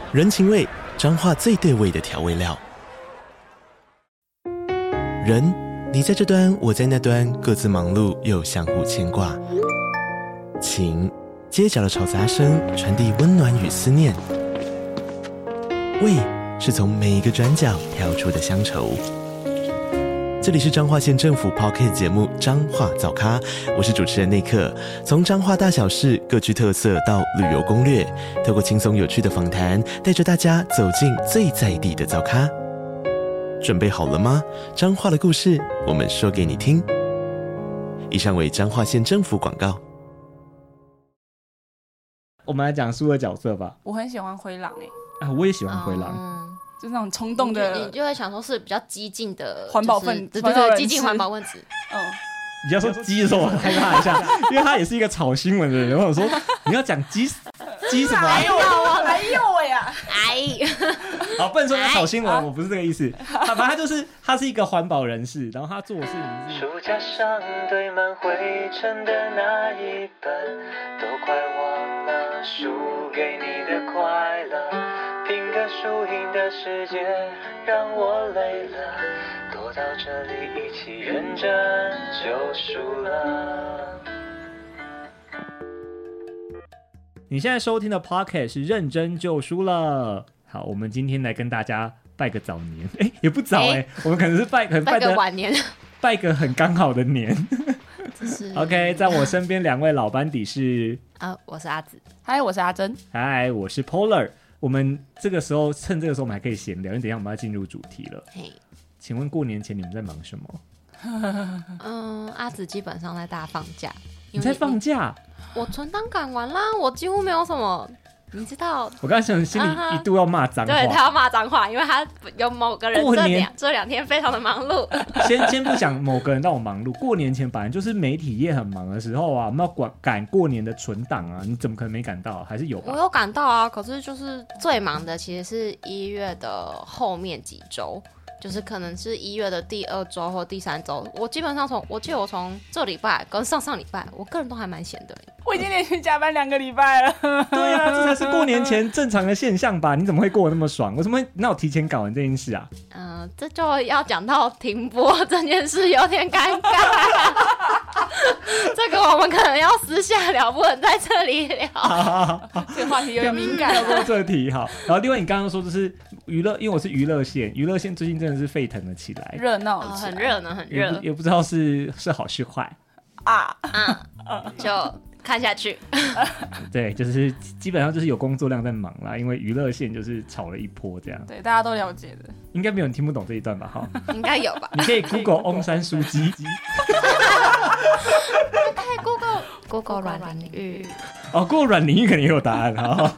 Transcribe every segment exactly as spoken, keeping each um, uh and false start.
人情味，彰化最对味的调味料。人，你在这端，我在那端，各自忙碌又相互牵挂。情，街角的吵杂声传递温暖与思念。味，是从每一个转角跳出的乡愁。这里是彰化县政府 Podcast 节目《彰化早咖》，我是主持人内克。从彰化大小事各具特色到旅游攻略，透过轻松有趣的访谈，带着大家走进最在地的早咖。准备好了吗？彰化的故事，我们说给你听。以上为彰化县政府广告。 我们来讲书的角色吧。 我很喜欢灰狼诶、 欸啊，我也喜欢灰狼。 嗯就那种冲动的， 你就会想说是比较激进的环保分子， 对对对，激进环保分子。 嗯， 你要说鸡的时候，我害怕一下，因为他也是一个炒新闻的人。我想说，你要讲鸡鸡什么、啊？ 哎呦啊！哎呦喂呀！ 哎， 好，不能说他炒新闻，哎、我不是这个意思。他反正他就是他是一个环保人士，然后他做的事情是。 书架上堆满灰尘的那一本，都快忘了输给你的快乐。拼个输赢的世界让我累了，躲到这里一起认真就输了。 你现在收听的 Podcast 是认真就输了。好，我们今天来跟大家拜个早年，哎，也不早哎、欸，我们可能是拜，可能拜个晚年， 拜个很刚好的年。 是 OK， 在我身边两位老班底是啊，我是阿紫， 嗨，我是阿珍， 嗨，我是 Polar。我们这个时候趁这个时候我们还可以闲聊，因为等一下我们要进入主题了。 嘿， 请问过年前你们在忙什么？ 嗯，阿紫基本上在大放假。 你在放假？ 我存档赶完啦，我几乎没有什么。你知道， 我刚才想心里一度要骂脏话， 对他要骂脏话，因为他有某个人这两这两天非常的忙碌。 先先不讲某个人让我忙碌，过年前本来就是媒体业很忙的时候啊，我们要赶过年的存档啊，你怎么可能没赶到？还是有吧？ 我有赶到啊，可是就是最忙的其实是一月的后面几周。就是可能是一月的第二周或第三周，我基本上从我记得我从这礼拜跟上上礼拜，我个人都还蛮闲的。 我已经连续加班两个礼拜了。 对啊，这才是过年前正常的现象吧？你怎么会过得那么爽？我怎么会那我提前搞完这件事啊？ 嗯、呃，这就要讲到停播这件事，有点尴尬。这个我们可能要私下聊，不能在这里聊。 好好好， 这个话题有点敏感。 跳过这题好。然后另外你刚刚说就是娱乐，因为我是娱乐线，娱乐线最近真的是沸腾了起来， 热闹、哦， 很热呢，很热， 也不也不知道是是好是坏啊啊，就看下去。 对，就是基本上就是有工作量在忙啦，因为娱乐线就是炒了一波这样。 对，大家都了解的。 应该没有人听不懂这一段吧？哈， 应该有吧？ 你可以 Google 翁山书记。 可以 Google Google 软领域。 哦 ，Google 软领域肯定也有答案哈。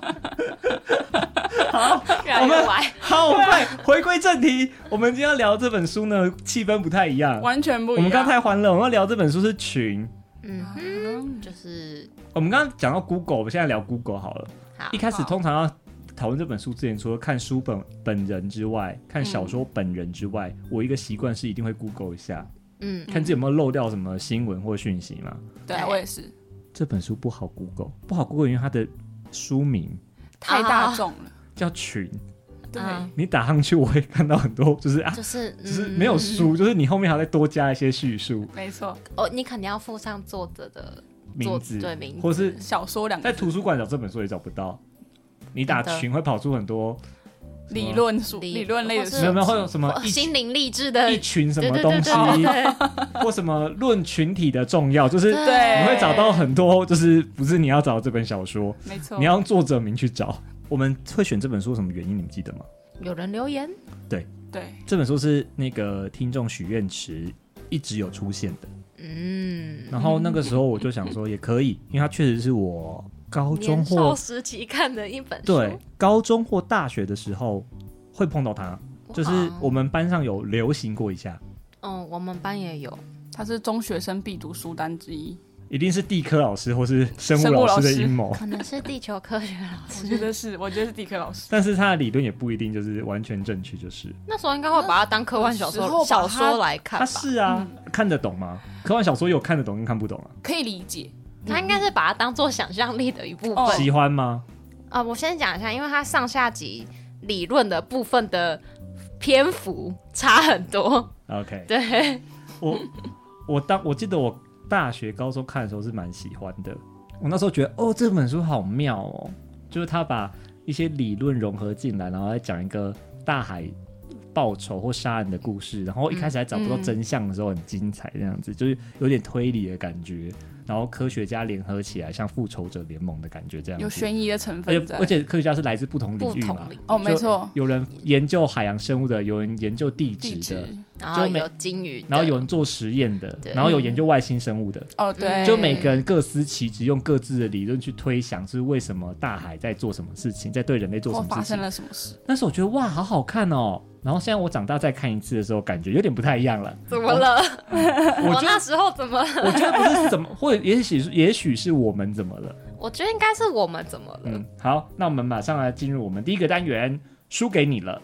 好，我们好，我们快回归正题。我们今天要聊这本书呢，气氛不太一样， 完全不一样。 我们刚太欢乐，我们要聊这本书是群。 嗯哼，就是我们刚刚讲到 Google， 我们现在聊 Google 好了。 好， 一开始通常要讨论这本书之前，除了看书本本人之外，看小说本人之外，嗯、我一个习惯是一定会 Google 一下，嗯，看自己有没有漏掉什么新闻或讯息嘛。 对，我也是。 这本书不好 Google， 不好 Google， 因为它的书名太大众了。 叫群， 对、 嗯， 你打上去我会看到很多，就是啊， 就是就是没有书，嗯、就是你后面还要再多加一些叙述， 没错。 哦，你肯定要附上作者的名字， 对名字， 或是小说两个字， 在图书馆找这本书也找不到，你打群会跑出很多理论书、理论类的书， 没有没有会有什么心灵励志的一群什么东西，或什么论群体的重要，就是你会找到很多，就是不是你要找这本小说， 没错， 你要用作者名去找。我们会选这本书什么原因？你们记得吗？ 有人留言， 对对， 这本书是那个听众许愿池一直有出现的，嗯，然后那个时候我就想说也可以，因为它确实是我高中或年少时期看的一本书， 对，高中或大学的时候会碰到它，就是我们班上有流行过一下， 嗯，我们班也有， 它是中学生必读书单之一。 一定是地科老师或是生物老师的阴谋， 可能是地球科学老师。 我觉得是，我觉得是地科老师。 但是他的理论也不一定就是完全正确，就是那时候应该会把它当科幻小说小说来看吧。 他是啊、嗯，看得懂吗？科幻小说有看得懂跟看不懂啊？ 可以理解， 他应该是把它当做想象力的一部分。 喜欢吗？ 呃，我先讲一下，因为它上下集理论的部分的篇幅差很多。 OK， 对， 我我当我记得我大学高中看的时候是蛮喜欢的，我那时候觉得哦这本书好妙哦，就是他把一些理论融合进来，然后再讲一个大海报仇或杀人的故事，然后一开始还找不到真相的时候很精彩，这样子、嗯、就是有点推理的感觉，然后科学家联合起来像复仇者联盟的感觉，这样子有悬疑的成分在， 而且而且科学家是来自不同领域嘛， 哦没错， 有人研究海洋生物的，有人研究地质的， 然后有鲸鱼的， 然后有人做实验的，然后有研究外星生物的， 哦对， 就每个人各司其职，用各自的理论去推想，就是为什么大海在做什么事情，在对人类做什么事情， 发生了什么事。 那时候我觉得哇好好看哦，然后现在我长大再看一次的时候，感觉有点不太一样了。 怎么了？ 我, 我那时候怎么了？ 我觉得不是怎么，或者也许也许是我们怎么了？ 我觉得应该是我们怎么了。 嗯，好，那我们马上来进入我们第一个单元，输给你了。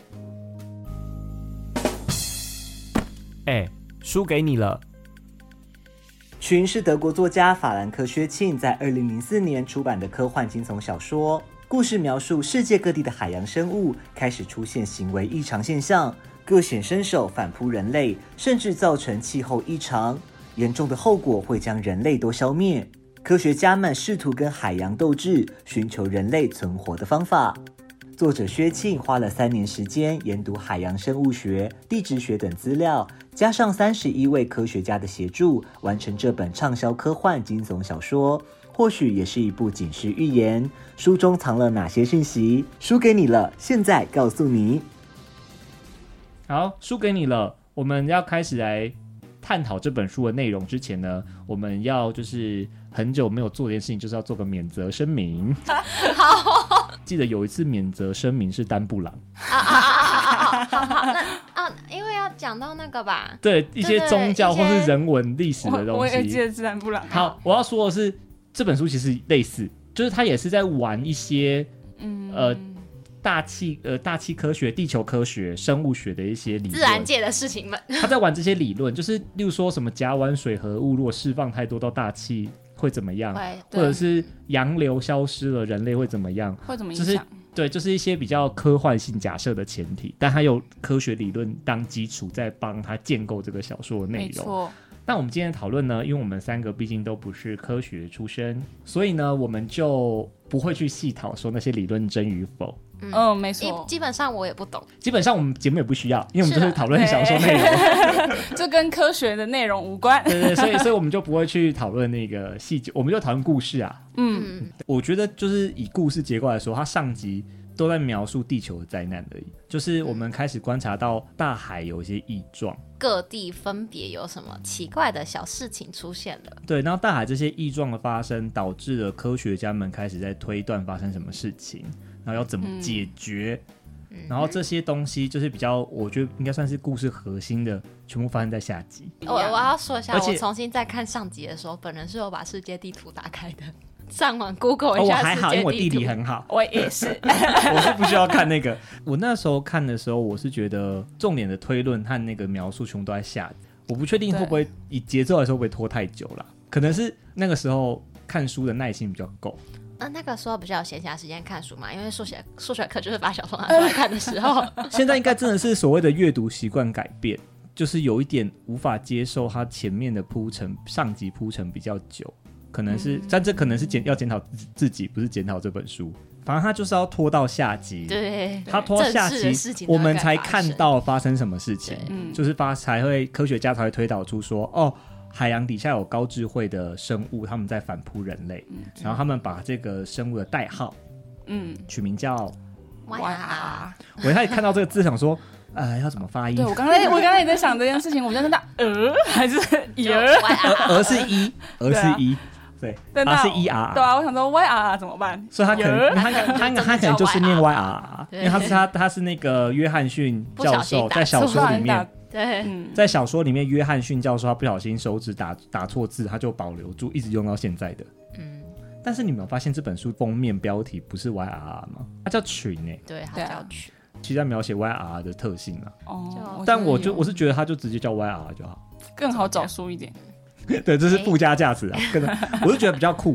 哎，输给你了。 群是德国作家法兰克·薛庆在二零零四年出版的科幻惊悚小说。故事描述世界各地的海洋生物开始出现行为异常现象，各显身手反扑人类，甚至造成气候异常，严重的后果会将人类都消灭。科学家们试图跟海洋斗智，寻求人类存活的方法。作者薛庆花了三年时间研读海洋生物学、地质学等资料，加上三十一位科学家的协助，完成这本畅销科幻惊悚小说。或许也是一部警示预言，书中藏了哪些讯息？输给你了，现在告诉你。 好，输给你了。我们要开始来探讨这本书的内容之前呢，我们要就是很久没有做这件事情，就是要做个免责声明。 好， 记得有一次免责声明是丹布朗啊啊啊啊！好好，那啊，因为要讲到那个吧， 对一些宗教或是人文历史的东西。 我, 我也记得是丹布朗。 好，我要说的是。这本书其实类似，就是他也是在玩一些、嗯、呃大气呃大气科学、地球科学、生物学的一些理论， 自然界的事情们。 他在玩这些理论，就是例如说什么甲烷水合物如果释放太多到大气会怎么样，或者是洋流消失了，人类会怎么样， 会怎么影响？ 就是对，就是一些比较科幻性假设的前提，但他有科学理论当基础，在帮他建构这个小说的内容。没错。那我们今天的讨论呢，因为我们三个毕竟都不是科学出身，所以呢，我们就不会去细讨说那些理论真与否。 嗯，哦、没错。 基本上我也不懂。 基本上我们节目也不需要，因为我们就是讨论小说内容， 这跟科学的内容无关。 对对，所以所以我们就不会去讨论那个细节，我们就讨论故事啊。嗯，我觉得就是以故事结构来说，它上集都在描述地球的灾难而已，就是我们开始观察到大海有一些异状， 各地分别有什么奇怪的小事情出现了。 对，然后大海这些异状的发生，导致了科学家们开始在推断发生什么事情，然后要怎么解决。嗯、然后这些东西就是比较，我觉得应该算是故事核心的，全部发生在下集。 我我要说一下，我重新再看上集的时候，本人是有把世界地图打开的。上网 Google 一下世界地图、哦、我还好，因为我地理很好。 我也是我是不需要看那个。我那时候看的时候，我是觉得重点的推论和那个描述全部都在下集，我不确定会不会以节奏来说会不会拖太久啦，可能是那个时候看书的耐心比较够。 呃、那个时候比较有闲暇时间看书嘛，因为数学数学课就是把小说拿出来看的时候。 现在应该真的是所谓的阅读习惯改变，就是有一点无法接受它前面的铺陈，上集铺陈比较久。可能是，但这可能是检要检讨自己，不是检讨这本书。反正他就是要拖到下集， 对， 他拖到下集，我们才看到发生什么事情，就是发才会科学家才会推导出说，哦，海洋底下有高智慧的生物，他们在反扑人类，嗯、然后他们把这个生物的代号，嗯，取名叫 Y R。 我一开始看到这个字，想说。呃，要怎么发音？ 对，我刚才我刚才也在想这件事情，我在那呃还是儿儿是一，儿是一，对，儿是 E R， 对啊，我想说 Y R 怎么办？ 所以他可能他他他可能就是念 Y R， 因为他是他他是那个约翰逊教授在小说里面， 对， 在小说里面约翰逊教授他不小心手指打打错字，他就保留住，一直用到现在的。嗯，但是你们有发现这本书封面标题不是 Y R 吗？它叫群诶、欸， 对，它叫群。 其实在描写 Y R 的特性啊， 哦， 但我就我是觉得他就直接叫 Y R 就好， 更好找书一点。 对，这是附加价值啊，更我是觉得比较酷。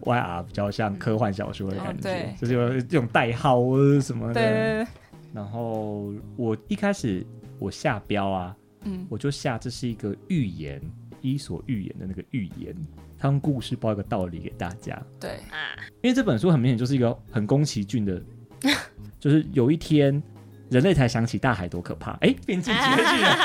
Y R 比较像科幻小说的感觉， 哦、 就是有这种代号或什么的。 对对对。 然后我一开始我下标啊，嗯，我就下这是一个寓言，伊索寓言的那个寓言，他用故事包一个道理给大家。 对啊， 因为这本书很明显就是一个很宫崎骏的，就是有一天人类才想起大海多可怕，哎，变进击的巨人。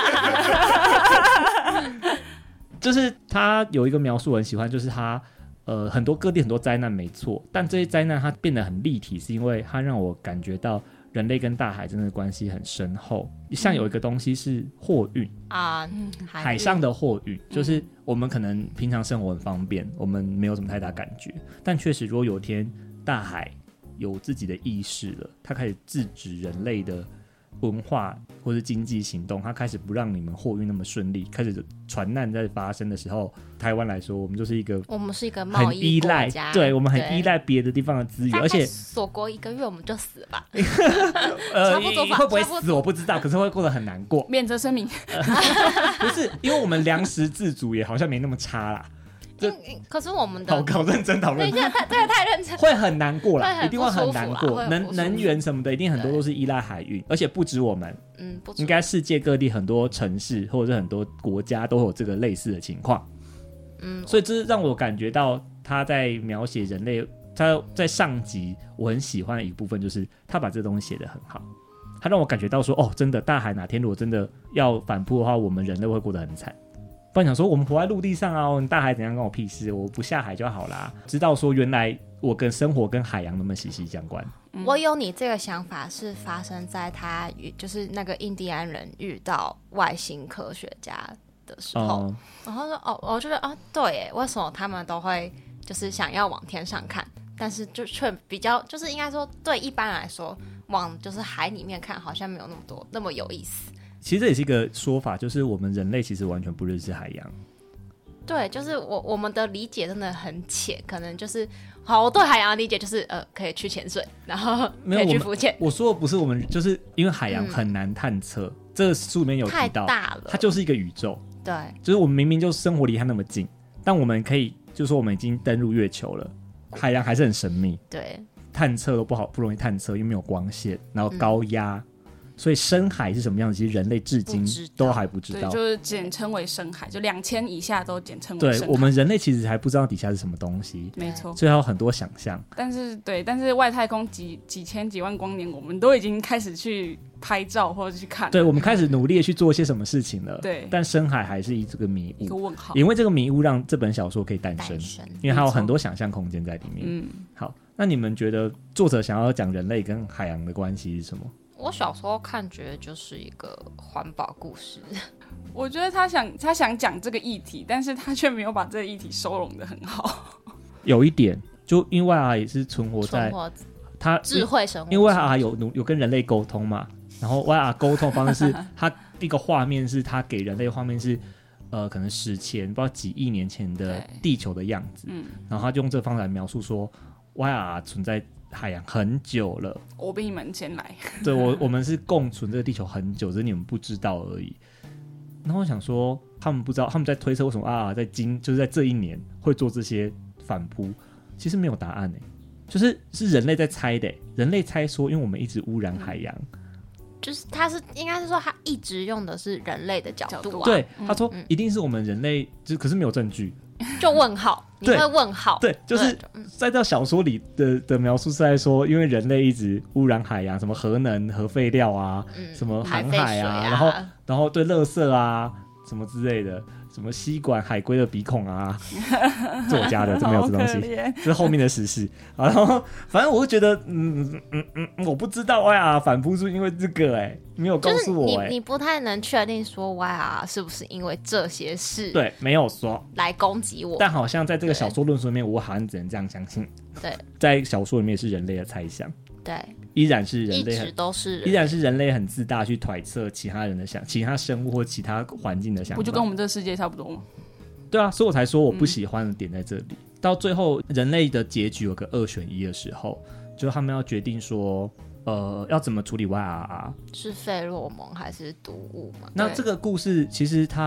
就是他有一个描述我很喜欢，就是他呃很多各地很多灾难没错，但这些灾难它变得很立体，是因为它让我感觉到人类跟大海真的关系很深厚。像有一个东西是货运啊、 嗯， 海上的货运，就是我们可能平常生活很方便，我们没有什么太大感觉，但确实如果有一天大海有自己的意识了，它开始制止人类的文化或是经济行动，它开始不让你们货运那么顺利，开始船难在发生的时候，台湾来说我们就是一个我们是一个贸很易依赖国家， 对，我们很依赖别的地方的资源，而且锁国一个月我们就死了吧。 呃差不多吧会不会差不死我不知道，可是会过得很难过。 免责声明。 不是因为我们粮食自主也好像没那么差啦， 因可是我们的好搞认真讨论等一，下，太这个太认真， 会很难过啦， 会很一定会很难过。 不舒服啊会很不舒服能能源什么的，一定很多都是依赖海运，而且不止我们， 嗯，不应该世界各地很多城市或者是很多国家都有这个类似的情况。 嗯， 所以这是让我感觉到他在描写人类，他在上集我很喜欢的一部分就是他把这东西写得很好，他让我感觉到说，哦，真的大海哪天如果真的要反扑的话，我们人类会过得很惨。不然想说我们活在陆地上啊，大海怎样跟我屁事，我不下海就好啦。知道说原来我跟生活跟海洋那么息息相关。 我有你这个想法是发生在他遇就是那个印第安人遇到外星科学家的时候， 嗯、 然后说哦，我觉得啊，对耶，为什么他们都会就是想要往天上看，但是就却比较就是应该说对一般来说往就是海里面看好像没有那么多那么有意思。 其实这也是一个说法，就是我们人类其实完全不认识海洋。 对，就是我我们的理解真的很浅，可能就是好，我对海洋的理解就是呃，可以去潜水，然后可以去浮潜。 我说的不是我们，就是因为海洋很难探测，嗯、这个书里面有提到， 太大了， 它就是一个宇宙。 对， 就是我们明明就生活离它那么近，但我们可以就是说我们已经登陆月球了，海洋还是很神秘， 对， 探测都不好，不容易探测，因为没有光线，然后高压。嗯，所以深海是什么样子？其实人类至今都还不知道， 对，就是简称为深海，就两千以下都简称为深海。 对，我们人类其实还不知道底下是什么东西， 没错， 所以还有很多想象。 但是，对，但是外太空几几千几万光年，我们都已经开始去拍照或者去看了， 对，我们开始努力的去做一些什么事情了。 对， 但深海还是一这个迷雾， 一个问号。 因为这个迷雾让这本小说可以诞生， 诞生因为它有很多想象空间在里面。嗯，好，那你们觉得作者想要讲人类跟海洋的关系是什么？ 我小时候看觉得就是一个环保故事， 我觉得他想他想讲这个议题，但是他却没有把这个议题收拢得很好。 有一点，就因为啊也是存活在他智慧生活， 因为啊有有跟人类沟通嘛，然后 Y R 沟通方式是他一个画面是他给人类画面是呃可能史前不知道几亿年前的地球的样子，嗯，然后他就用这个方式来描述说 Y R 存在海洋很久了， 我比你们先来。 对，我我们是共存这个地球很久，只是你们不知道而已。然后我想说，他们不知道，他们在推测为什么啊，在今就是在这一年会做这些反扑，其实没有答案哎，就是是人类在猜的，人类猜说，因为我们一直污染海洋。嗯， 就是他是应该是说他一直用的是人类的角度啊， 对，他说一定是我们人类，就可是没有证据， 就问号，你会问号， 对，就是在这小说里的的描述是在说，因为人类一直污染海洋，什么核能、核废料啊，嗯、什么航海啊，啊然后然后对垃圾啊什么之类的。什么吸管海龟的鼻孔啊，是我家的，这没有这东西，这是后面的时事。然后反正我就觉得，嗯嗯嗯，我不知道 Y R 反扑是因为这个、欸，哎，没有告诉我、欸， 就是你你不太能确定说 Y R 是不是因为这些事， 对，没有说来攻击我， 但好像在这个小说论述里面，我好像只能这样相信。 对， 在小说里面是人类的猜想， 对。 依然是人类， 一直都是， 依然是人类很自大去揣测其他人的想，其他生物或其他环境的想法， 不就跟我们这个世界差不多吗？ 对啊，所以我才说我不喜欢的点在这里。嗯、到最后，人类的结局有个二选一的时候，就是他们要决定说，呃，要怎么处理 Y R R， 是费洛蒙还是毒物嘛？ 那这个故事其实它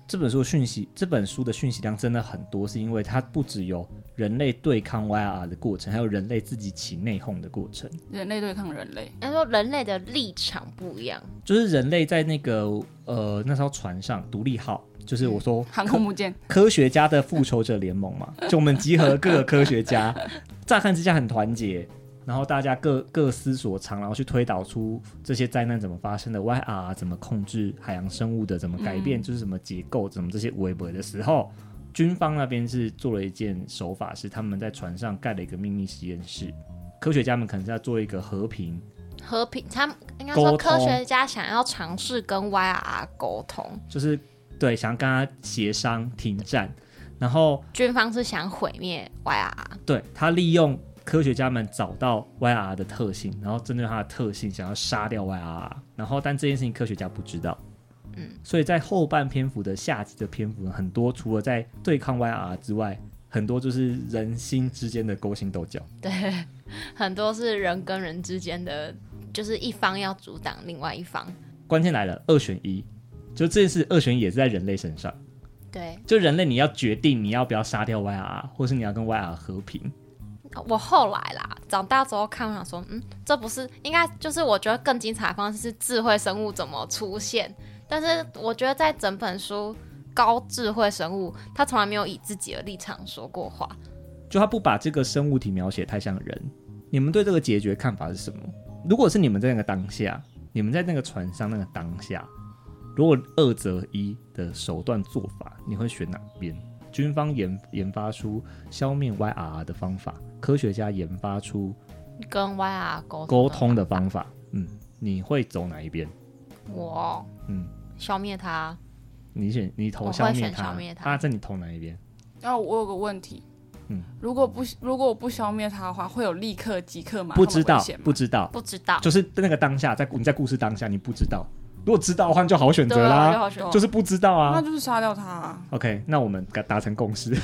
这本书的讯息，这本书的讯息量真的很多，是因为它不只有人类对抗 Y R R 的过程，还有人类自己起内讧的过程。 人类对抗人类， 他说人类的立场不一样， 就是人类在那个呃那艘船上，独立号，就是我说航空母舰， 科学家的复仇者联盟嘛，就我们集合各个科学家，乍看之下很团结。然后大家各各思所长，然后去推导出这些灾难怎么发生的 ，Y R 怎么控制海洋生物的，怎么改变，嗯、就是什么结构，怎么这些微博的时候，军方那边是做了一件手法，是他们在船上盖了一个秘密实验室，科学家们可能是要做一个和平， 和平，他们应该说科学家想要尝试跟 Y R 沟通， 就是对，想跟他协商停战，然后军方是想毁灭 Y R， 对他利用。科学家们找到 Y R R 的特性，然后针对它的特性想要杀掉 Y R R， 然后但这件事情科学家不知道，嗯，所以在后半篇幅的下集的篇幅很多，除了在对抗 Y R R 之外，很多就是人心之间的勾心斗角， 对，很多是人跟人之间的，就是一方要阻挡另外一方。 关键来了，二选一，就这件事二选一也是在人类身上， 对， 就人类你要决定你要不要杀掉 Y R R， 或是你要跟 Y R R 和平。 我后来啦，长大之后看，我想说，嗯，这不是应该就是我觉得更精彩的方式是智慧生物怎么出现，但是我觉得在整本书高智慧生物，他从来没有以自己的立场说过话， 就他不把这个生物体描写太像人。你们对这个结局看法是什么？如果是你们在那个当下，你们在那个船上那个当下，如果二择一的手段做法，你会选哪边？军方 研, 研发出消灭 Y R R 的方法，科学家研发出跟 Y R R 沟沟通的方法。嗯，你会走哪一边？ 我，嗯，消灭他。 你选，你投消灭他。 我会选消灭他。 啊，这你投哪一边？ 啊，我有个问题，嗯，如果不如果我不消灭他的话，会有立刻即刻马上的危险吗？ 不知道，不知道， 不知道， 就是那个当下，在你在故事当下，你不知道。如果知道的话，就好选择啦， 就好选择就是不知道啊， 那就是杀掉他、啊。 OK， 那我们达成共识，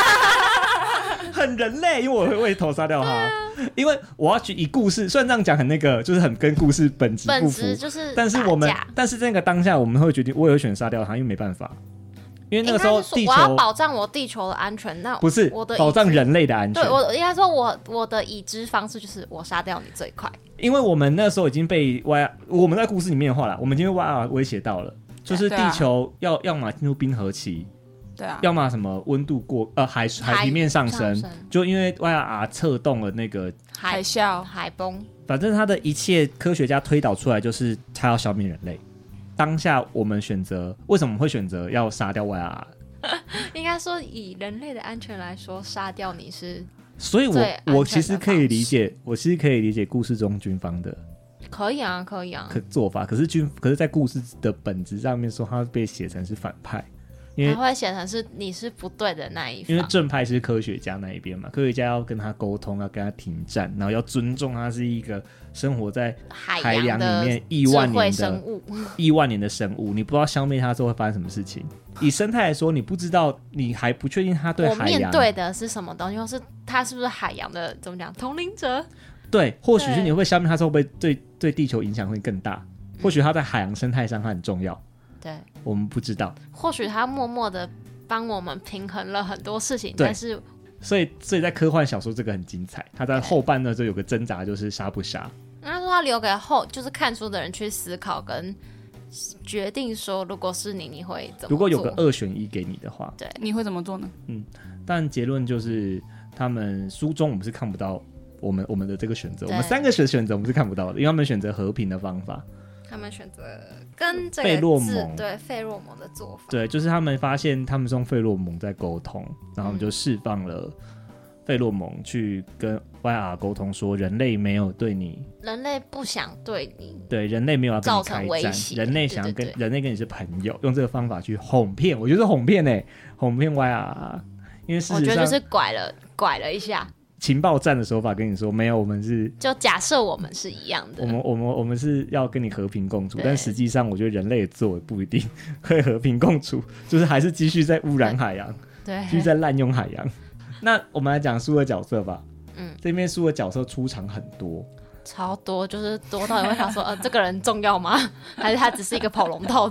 很人类，因为我会为投杀掉他，啊、因为我要去以故事，虽然这样讲很那个，就是很跟故事本质不符， 本质就是但是我们，但是那个当下我们会决定，我也会选杀掉他，因为没办法。因为那个时候地球， 我要保障我地球的安全，那不是我的保障人类的安全。 对，我应该说我我的已知方式就是我杀掉你最快。 因为我们那时候已经被 Y， 我们在故事里面的话啦，我们已经被 Y R 威胁到了，就是地球要要么进入冰河期， 对啊， 要么什么温度过呃海海平面上升，上升就因为 Y R R 策动了那个海啸、 海崩， 反正他的一切科学家推导出来就是他要消灭人类。当下我们选择为什么会选择要杀掉 Y R R？ 应该说，以人类的安全来说，杀掉你是， 所以我我其实可以理解，我其实可以理解故事中军方的， 可以啊，可以啊， 可做法。可是军，可是在故事的本质上面说，他被写成是反派，因为他会写成是你是不对的那一方， 因为正派是科学家那一边嘛，科学家要跟他沟通，要跟他停战，然后要尊重他是一个生活在海洋里面亿万年的亿万年的生物，你不知道消灭它之后会发生什么事情。以生态来说，你不知道，你还不确定它对海洋我面对的是什么东西，或是它是不是海洋的怎么讲统领者？ 对，或许是你会消灭它之后，会对对地球影响会更大。或许它在海洋生态上它很重要， 对， 我们不知道。 或许它默默的帮我们平衡了很多事情，但是所以所以在科幻小说这个很精彩，它在后半段就有个挣扎，就是杀不杀。 他说他留给后就是看书的人去思考跟决定说，如果是你，你会怎么做？ 如果有个二选一给你的话， 对， 你会怎么做呢？ 嗯，但结论就是他们书中我们是看不到我们我们的这个选择，我们三个选选择我们是看不到的，因为他们选择和平的方法。 他们选择跟这个费洛蒙， 对费洛蒙的做法， 对，就是他们发现他们是用费洛蒙在沟通，然后他们就释放了费洛蒙去跟 Y R 沟通，说人类没有对你， 人类不想对你， 对，人类没有要跟你开战，人类想要跟对对对人类跟你是朋友，用这个方法去哄骗，我觉得是哄骗哎，哄骗 Y R， 因为事实上我觉得就是拐了拐了一下。 情报战的手法跟你说没有，我们是就假设我们是一样的， 我们我们我们是要跟你和平共处，但实际上我觉得人类的作为不一定会和平共处，就是还是继续在污染海洋， 对， 继续在滥用海洋。那我们来讲书的角色吧，嗯，这边书的角色出场很多， 超多，就是多到你会想说，呃，这个人重要吗？还是他只是一个跑龙套的？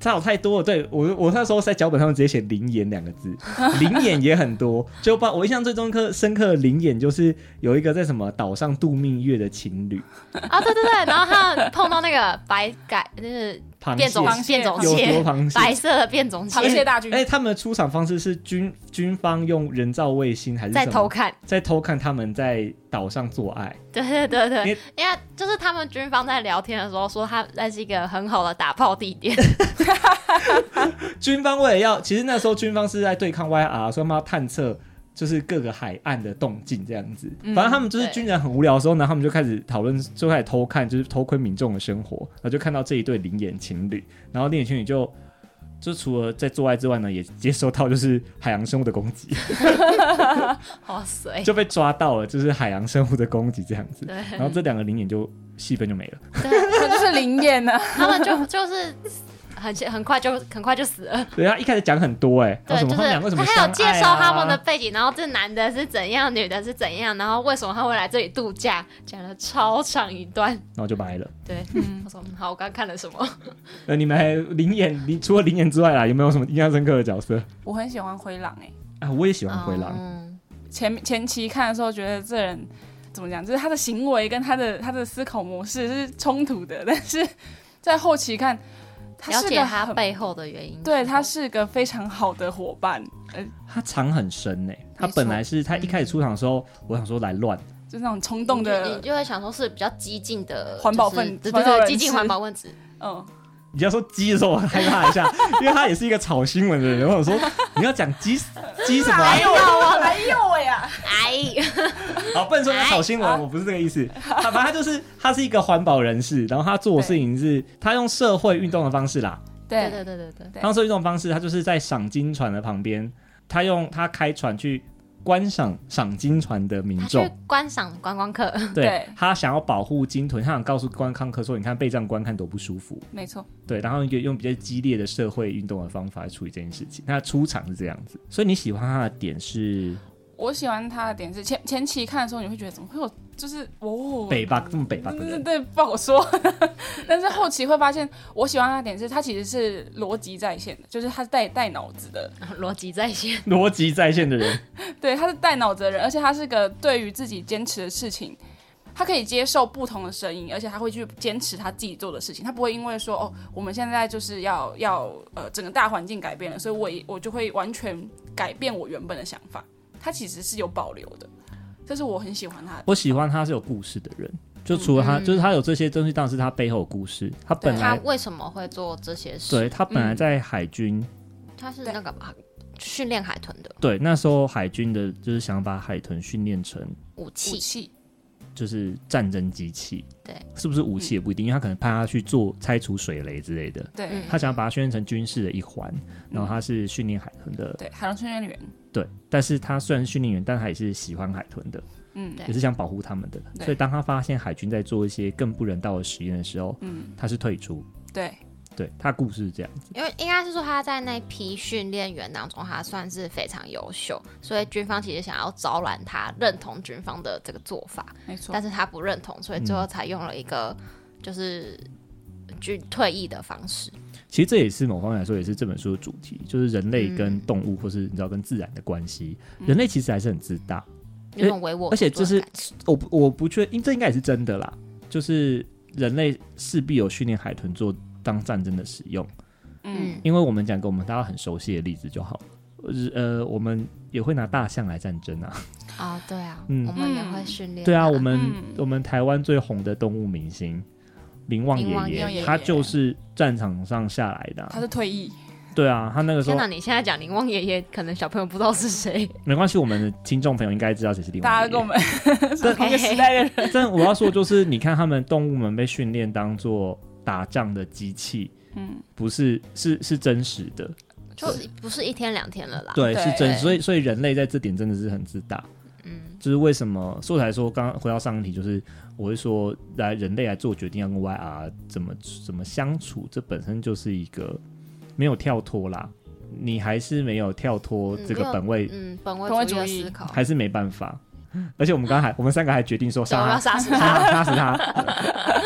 差好太多了。对我，我那时候在脚本上直接写灵眼两个字，灵眼也很多。就把我印象最深刻深刻的灵眼，就是有一个在什么岛上度蜜月的情侣啊，对对对，然后他们碰到那个白改，就是变种变种蟹， 有多螃蟹， 白色的变种蟹， 螃蟹大军。 哎、欸，他们的出场方式是军军方用人造卫星还是在偷看， 在偷看他们在岛上做爱。 对对对对，因为就是他们军方在聊天的时候说，他那是一个很好的打炮地点。 军方为了要，其实那时候军方是在对抗 Y R， 所以他们要探测就是各个海岸的动静这样子。嗯、反正他们就是军人很无聊的时候呢，他们就开始讨论，就开始偷看，就是偷窥民众的生活，然后就看到这一对灵眼情侣，然后灵眼情侣就。就除了在做爱之外呢，也接受到就是海洋生物的攻击， 好衰， 就被抓到了，就是海洋生物的攻击这样子。然后这两个灵眼就戏份就没了， 对， 他就是灵眼呢， 他们就就是很很快就很快就死了。 对，他一开始讲很多哎、欸， 对， 什么、就是、他们两个什么、啊、 他还有介绍他们的背景，然后这男的是怎样，女的是怎样，然后为什么他会来这里度假，讲了超长一段，然后就掰了。 对，嗯，我说好，我刚看了什么？ 呃，你们还灵眼，你除了灵眼之外啦，有没有什么印象深刻的角色？ 我很喜欢灰狼哎、 欸，啊，我也喜欢灰狼。 嗯、前前期看的时候，觉得这人怎么讲，就是他的行为跟他的他的思考模式是冲突的，但是在后期看。 了解他背后的原因， 对，他是个非常好的伙伴。呃、 他藏很深诶，他本来是他一开始出场的时候，嗯、我想说来乱， 就是那种冲动的， 你, 你就会想说是比较激进的环保分子， 对对对，激进环保分子。 嗯， 你要说鸡的时候，我害怕一下，因为他也是一个炒新闻的人。我想说你要讲鸡鸡什么、啊？ 哎呦啊！哎呦呀！ 哎， 好，不能说他炒新闻，哎、我不是这个意思。他反正他就是他是一个环保人士，然后他做的事情是他用社会运动的方式啦。 对对对对对对， 他用社会运动的方式，他就是在赏金船的旁边，他用他开船去观赏赏金船的民众， 他去观赏观光客。 对， 对他想要保护鲸豚，他想告诉观光客说：“你看被这样观看多不舒服。” 没错。 对，然后一个用比较激烈的社会运动的方法来处理这件事情。他出场是这样子，所以你喜欢他的点是？ 我喜欢他的点是前前期看的时候，你会觉得怎么会有就是哦北吧这么北吧的人， 对，不好说。但是后期会发现，我喜欢他的点是他其实是逻辑在线的，就是他是带带脑子的， 逻辑在线， 逻辑在线的人。 对，他是带脑子的人，而且他是个对于自己坚持的事情。他可以接受不同的声音，而且他会去坚持他自己做的事情。他不会因为说哦，我们现在就是要要呃整个大环境改变了，所以我也我就会完全改变我原本的想法。他其实是有保留的，这是我很喜欢他的。 我喜欢他是有故事的人，就除了他，嗯、就是他有这些东西，当然是他背后有故事。他本来他为什么会做这些事？ 对他本来在海军，嗯、 他是那个训练海豚的。 对，那时候海军的就是想把海豚训练成武器。 武器就是战争机器， 对， 是不是武器也不一定，嗯、因为他可能派他去做拆除水雷之类的， 对， 他想要把它训练成军事的一环，然后他是训练海豚的， 对，海洋训练员， 对，但是他虽然是训练员，但他也是喜欢海豚的，嗯，也是想保护他们的，所以当他发现海军在做一些更不人道的实验的时候，嗯，他是退出， 对。 对，他故事是这样子， 因为应该是说他在那批训练员当中，他算是非常优秀，所以军方其实想要招揽他，认同军方的这个做法， 没错。 但是他不认同，所以最后才用了一个就是军退役的方式。 其实这也是某方面来说，也是这本书的主题，就是人类跟动物，嗯、或是你知道跟自然的关系。嗯、人类其实还是很自大， 有种唯我， 而且就是我不我不确定，这应该也是真的啦，就是人类势必有训练海豚做。当战争的使用，嗯，因为我们讲个我们大家很熟悉的例子就好，呃，我们也会拿大象来战争啊， 啊、哦，对啊，嗯，我们也会训练， 对啊，我们、嗯、我们台湾最红的动物明星林旺爷爷，他就是战场上下来的、啊， 他是退役， 对啊，他那个时候， 天哪，你现在讲林旺爷爷，可能小朋友不知道是谁， 没关系，我们的听众朋友应该知道谁是林旺爷爷， 大家跟我们是同一个时代的人， 但我要说就是你看他们动物们被训练当做打仗的机器，嗯，不是是是真实的， 就不是一天两天了啦。 对，是真实，所以所以人类在这点真的是很自大，嗯，就是为什么所以才说，刚刚回到上一题，就是我会说，来人类来做决定要跟 Y R 怎么怎么相处，这本身就是一个没有跳脱啦，你还是没有跳脱这个本位， 嗯，本位主义的思考， 还是没办法。而且我们刚才我们三个还决定说杀他， 杀死他，杀死他。 我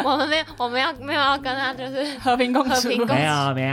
我们没有，我们要没有要跟他就是和平共处和平共。处没有没有。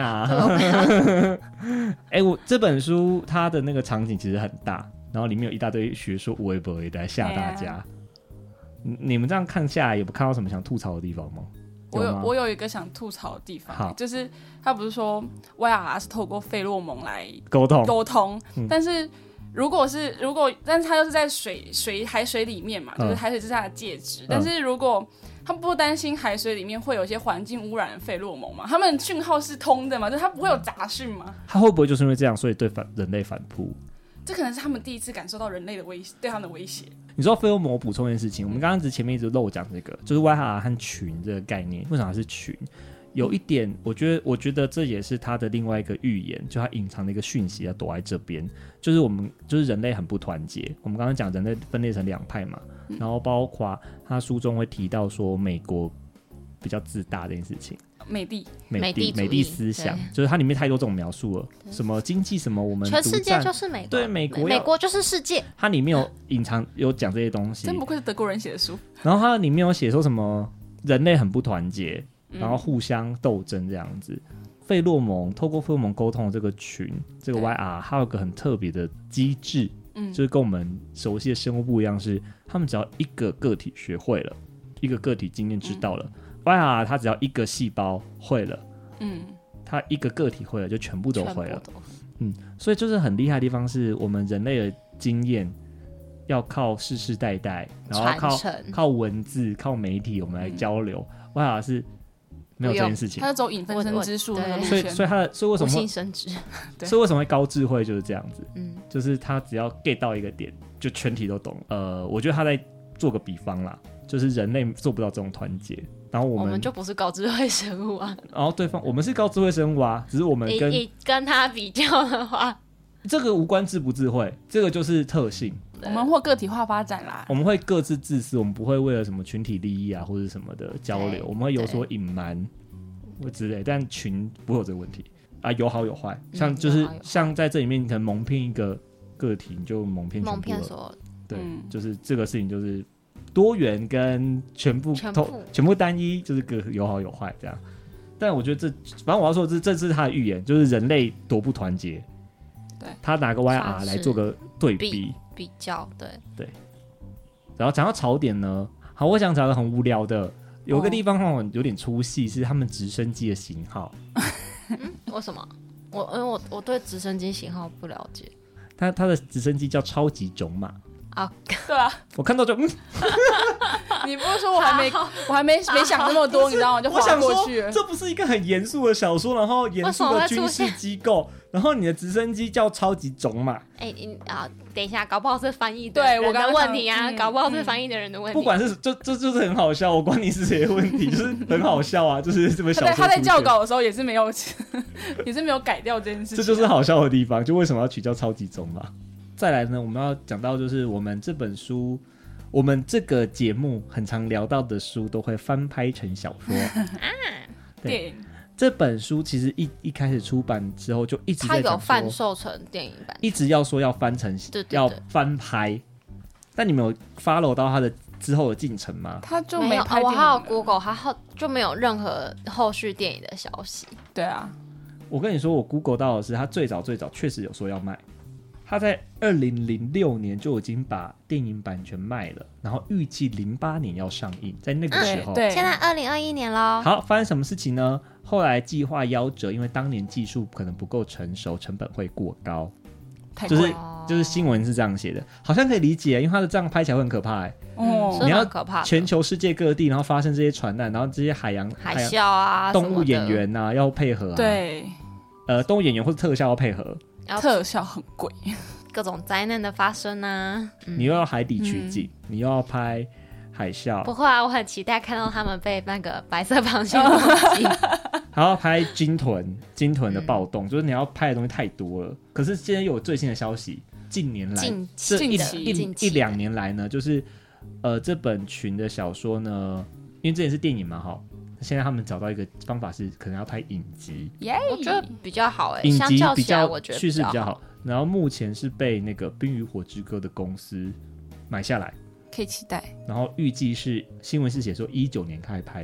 哎、我这本书它的那个场景其实很大，然后里面有一大堆学说无为不为的来吓大家。你你们这样看下来，有看到什么想吐槽的地方吗？ 我有吗我有一个想吐槽的地好方，就是他不是说 Y R R 是透过费洛蒙来沟通沟通， 嗯但是如果是如果，但是它又是在水水海水里面嘛，就是海水是它的介质， 嗯、 但是如果他们不担心海水里面会有一些环境污染的费洛蒙嘛，他们讯号是通的嘛，就是它不会有杂讯嘛， 它会不会就是因为这样，所以对反人类反扑？ 这可能是他们第一次感受到人类的威对他们的威胁。 你知道费洛蒙，我补充一件事情，我们刚刚只前面一直漏讲这个，就是 Y R 和群这个概念，为什么它是群？有一点，我觉得，我觉得这也是它的另外一个预言，就它隐藏的一个讯息，它躲在这边，就是我们就是人类很不团结。我们刚刚讲人类分裂成两派嘛，然后包括他书中会提到说美国比较自大这件事情。 美帝美帝美帝主义美帝思想，就是它里面太多这种描述了，什么经济什么我们全世界独占就是美国， 对美国要美国就是世界。 它里面有隐藏有讲这些东西， 真不愧是德国人写的书。 然后它里面有写说什么人类很不团结， 嗯然后互相斗争这样子。费洛蒙透过费洛蒙沟通的这个群，这个 Y R 它有个很特别的机制， 嗯， 就是跟我们熟悉的生物不一样，是他们只要一个个体学会了，一个个体经验知道了、嗯、Y R 它只要一个细胞会了， 嗯， 它一个个体会了，就全部都会了。嗯，所以就是很厉害的地方是我们人类的经验要靠世世代代，然后靠靠文字、靠媒体我们来交流。嗯、Y R 是没有这件事情， 它是走引分身之术那个路线， 所以所以它的所以为什么会无性生殖， 所以为什么会高智慧就是这样子， 嗯， 就是他只要 get 到一个点，就全体都懂。呃，我觉得他在做个比方啦，就是人类做不到这种团结，然后我们我们就不是高智慧生物啊， 然后对方我们是高智慧生物啊，只是我们跟以跟他比较的话， 这个无关智不智慧，这个就是特性。 我们或个体化发展啦， 我们会各自自私，我们不会为了什么群体利益啊或者什么的交流，我们会有所隐瞒或之类，但群不会有这个问题啊，有好有坏。像就是、嗯、像在这里面，你可能蒙骗一个个体，你就蒙骗全部了。 所对、 嗯， 就是这个事情就是多元跟全部全部全部单一，就是个有好有坏这样。但我觉得这，反正我要说这这是他的预言，就是人类多不团结。 对， 他拿个 Y R 来做个对比。 比比较，对对，然后讲到槽点呢，好，我想讲的很无聊的，有个地方让我有点出戏，是他们直升机的型号。 嗯，为什么？我因为我我对直升机型号不了解。 他他的直升机叫超级种马啊， 对啊， 我看到就嗯， 你不是说我还没我还没没想那么多，你知道吗？就划过去了。 这不是一个很严肃的小说，然后严肃的军事机构，然后你的直升机叫超级种马。 哎、欸，啊，等一下，搞不好是翻译的人对我刚的问题啊， 嗯、 搞不好是翻译的人的问题。 不管是这这就是很好笑，我管你是谁的问题，就是很好笑啊，就是这么小说他在他在校稿的时候也是没有也是没有改掉这件事情、啊， 这就是好笑的地方，就为什么要取叫超级种马？再来呢，我们要讲到就是我们这本书，我们这个节目很常聊到的书都会翻拍成小说啊。对，这本书其实一一开始出版之后就一直在讲说， 它有贩售成电影版， 一直要说要翻成， 对对对， 要翻拍。但你们有 follow 到它的之后的进程吗？ 他就没拍电影了， 我还有 Google， 它就没有任何后续电影的消息。 对啊， 我跟你说，我 Google 到的是他最早最早确实有说要卖。他在二零零六年就已经把电影版权卖了，然后预计零八年要上映，在那个时候， 嗯、对， 现在二零二一年咯。 好，发生什么事情呢？后来计划夭折，因为当年技术可能不够成熟，成本会过高， 太就是就是新闻是这样写的，好像可以理解，因为他的这样拍起来会很可怕、欸， 哦、 你要可怕， 全球世界各地，然后发生这些传染，然后这些海洋海啸啊， 动物演员啊要配合、啊， 对， 呃，动物演员或者特效要配合， 特效很贵。 各种灾难的发生啊、 嗯、你又要海底取景、嗯、你又要拍海啸， 不会啊，我很期待看到他们被那个白色螃蟹攻击还要拍鲸豚鲸豚的暴动、嗯、就是你要拍的东西太多了。可是现在又有最新的消息，近年来近这一近一两年来呢，就是呃这本群的小说呢，因为之前是电影嘛哈，现在他们找到一个方法是可能要拍影集， yeah, 我觉得比较好哎、 欸，影集比较我觉得叙事比较好。然后目前是被那个《冰与火之歌》的公司买下来， 可以期待。 然后预计是新闻是写说一九年开始拍，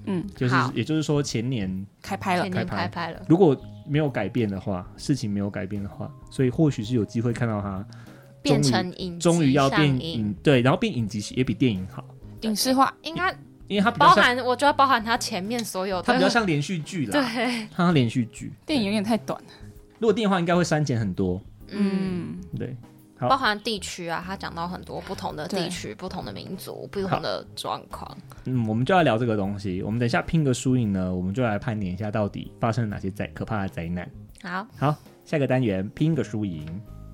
嗯， 就是好也就是说前年开拍了前，年开拍开拍了， 如果没有改变的话，事情没有改变的话，所以或许是有机会看到它变成影集终于要变上映影，对，然后变影集也比电影好， 影视化， 应该因为它比较像包含，我觉得包含它前面所有的， 它比较像连续剧啦， 对， 它像连续剧。 电影有点太短了。 如果电影的话，应该会删减很多， 嗯， 嗯， 对。好包含地区啊，他讲到很多不同的对地区、不同的民族、不同的状况。 嗯，我们就要聊这个东西。我们等一下拼个输赢呢，我们就来盘点一下到底发生了哪些灾可怕的灾难。 好， 好，下个单元拼个输赢，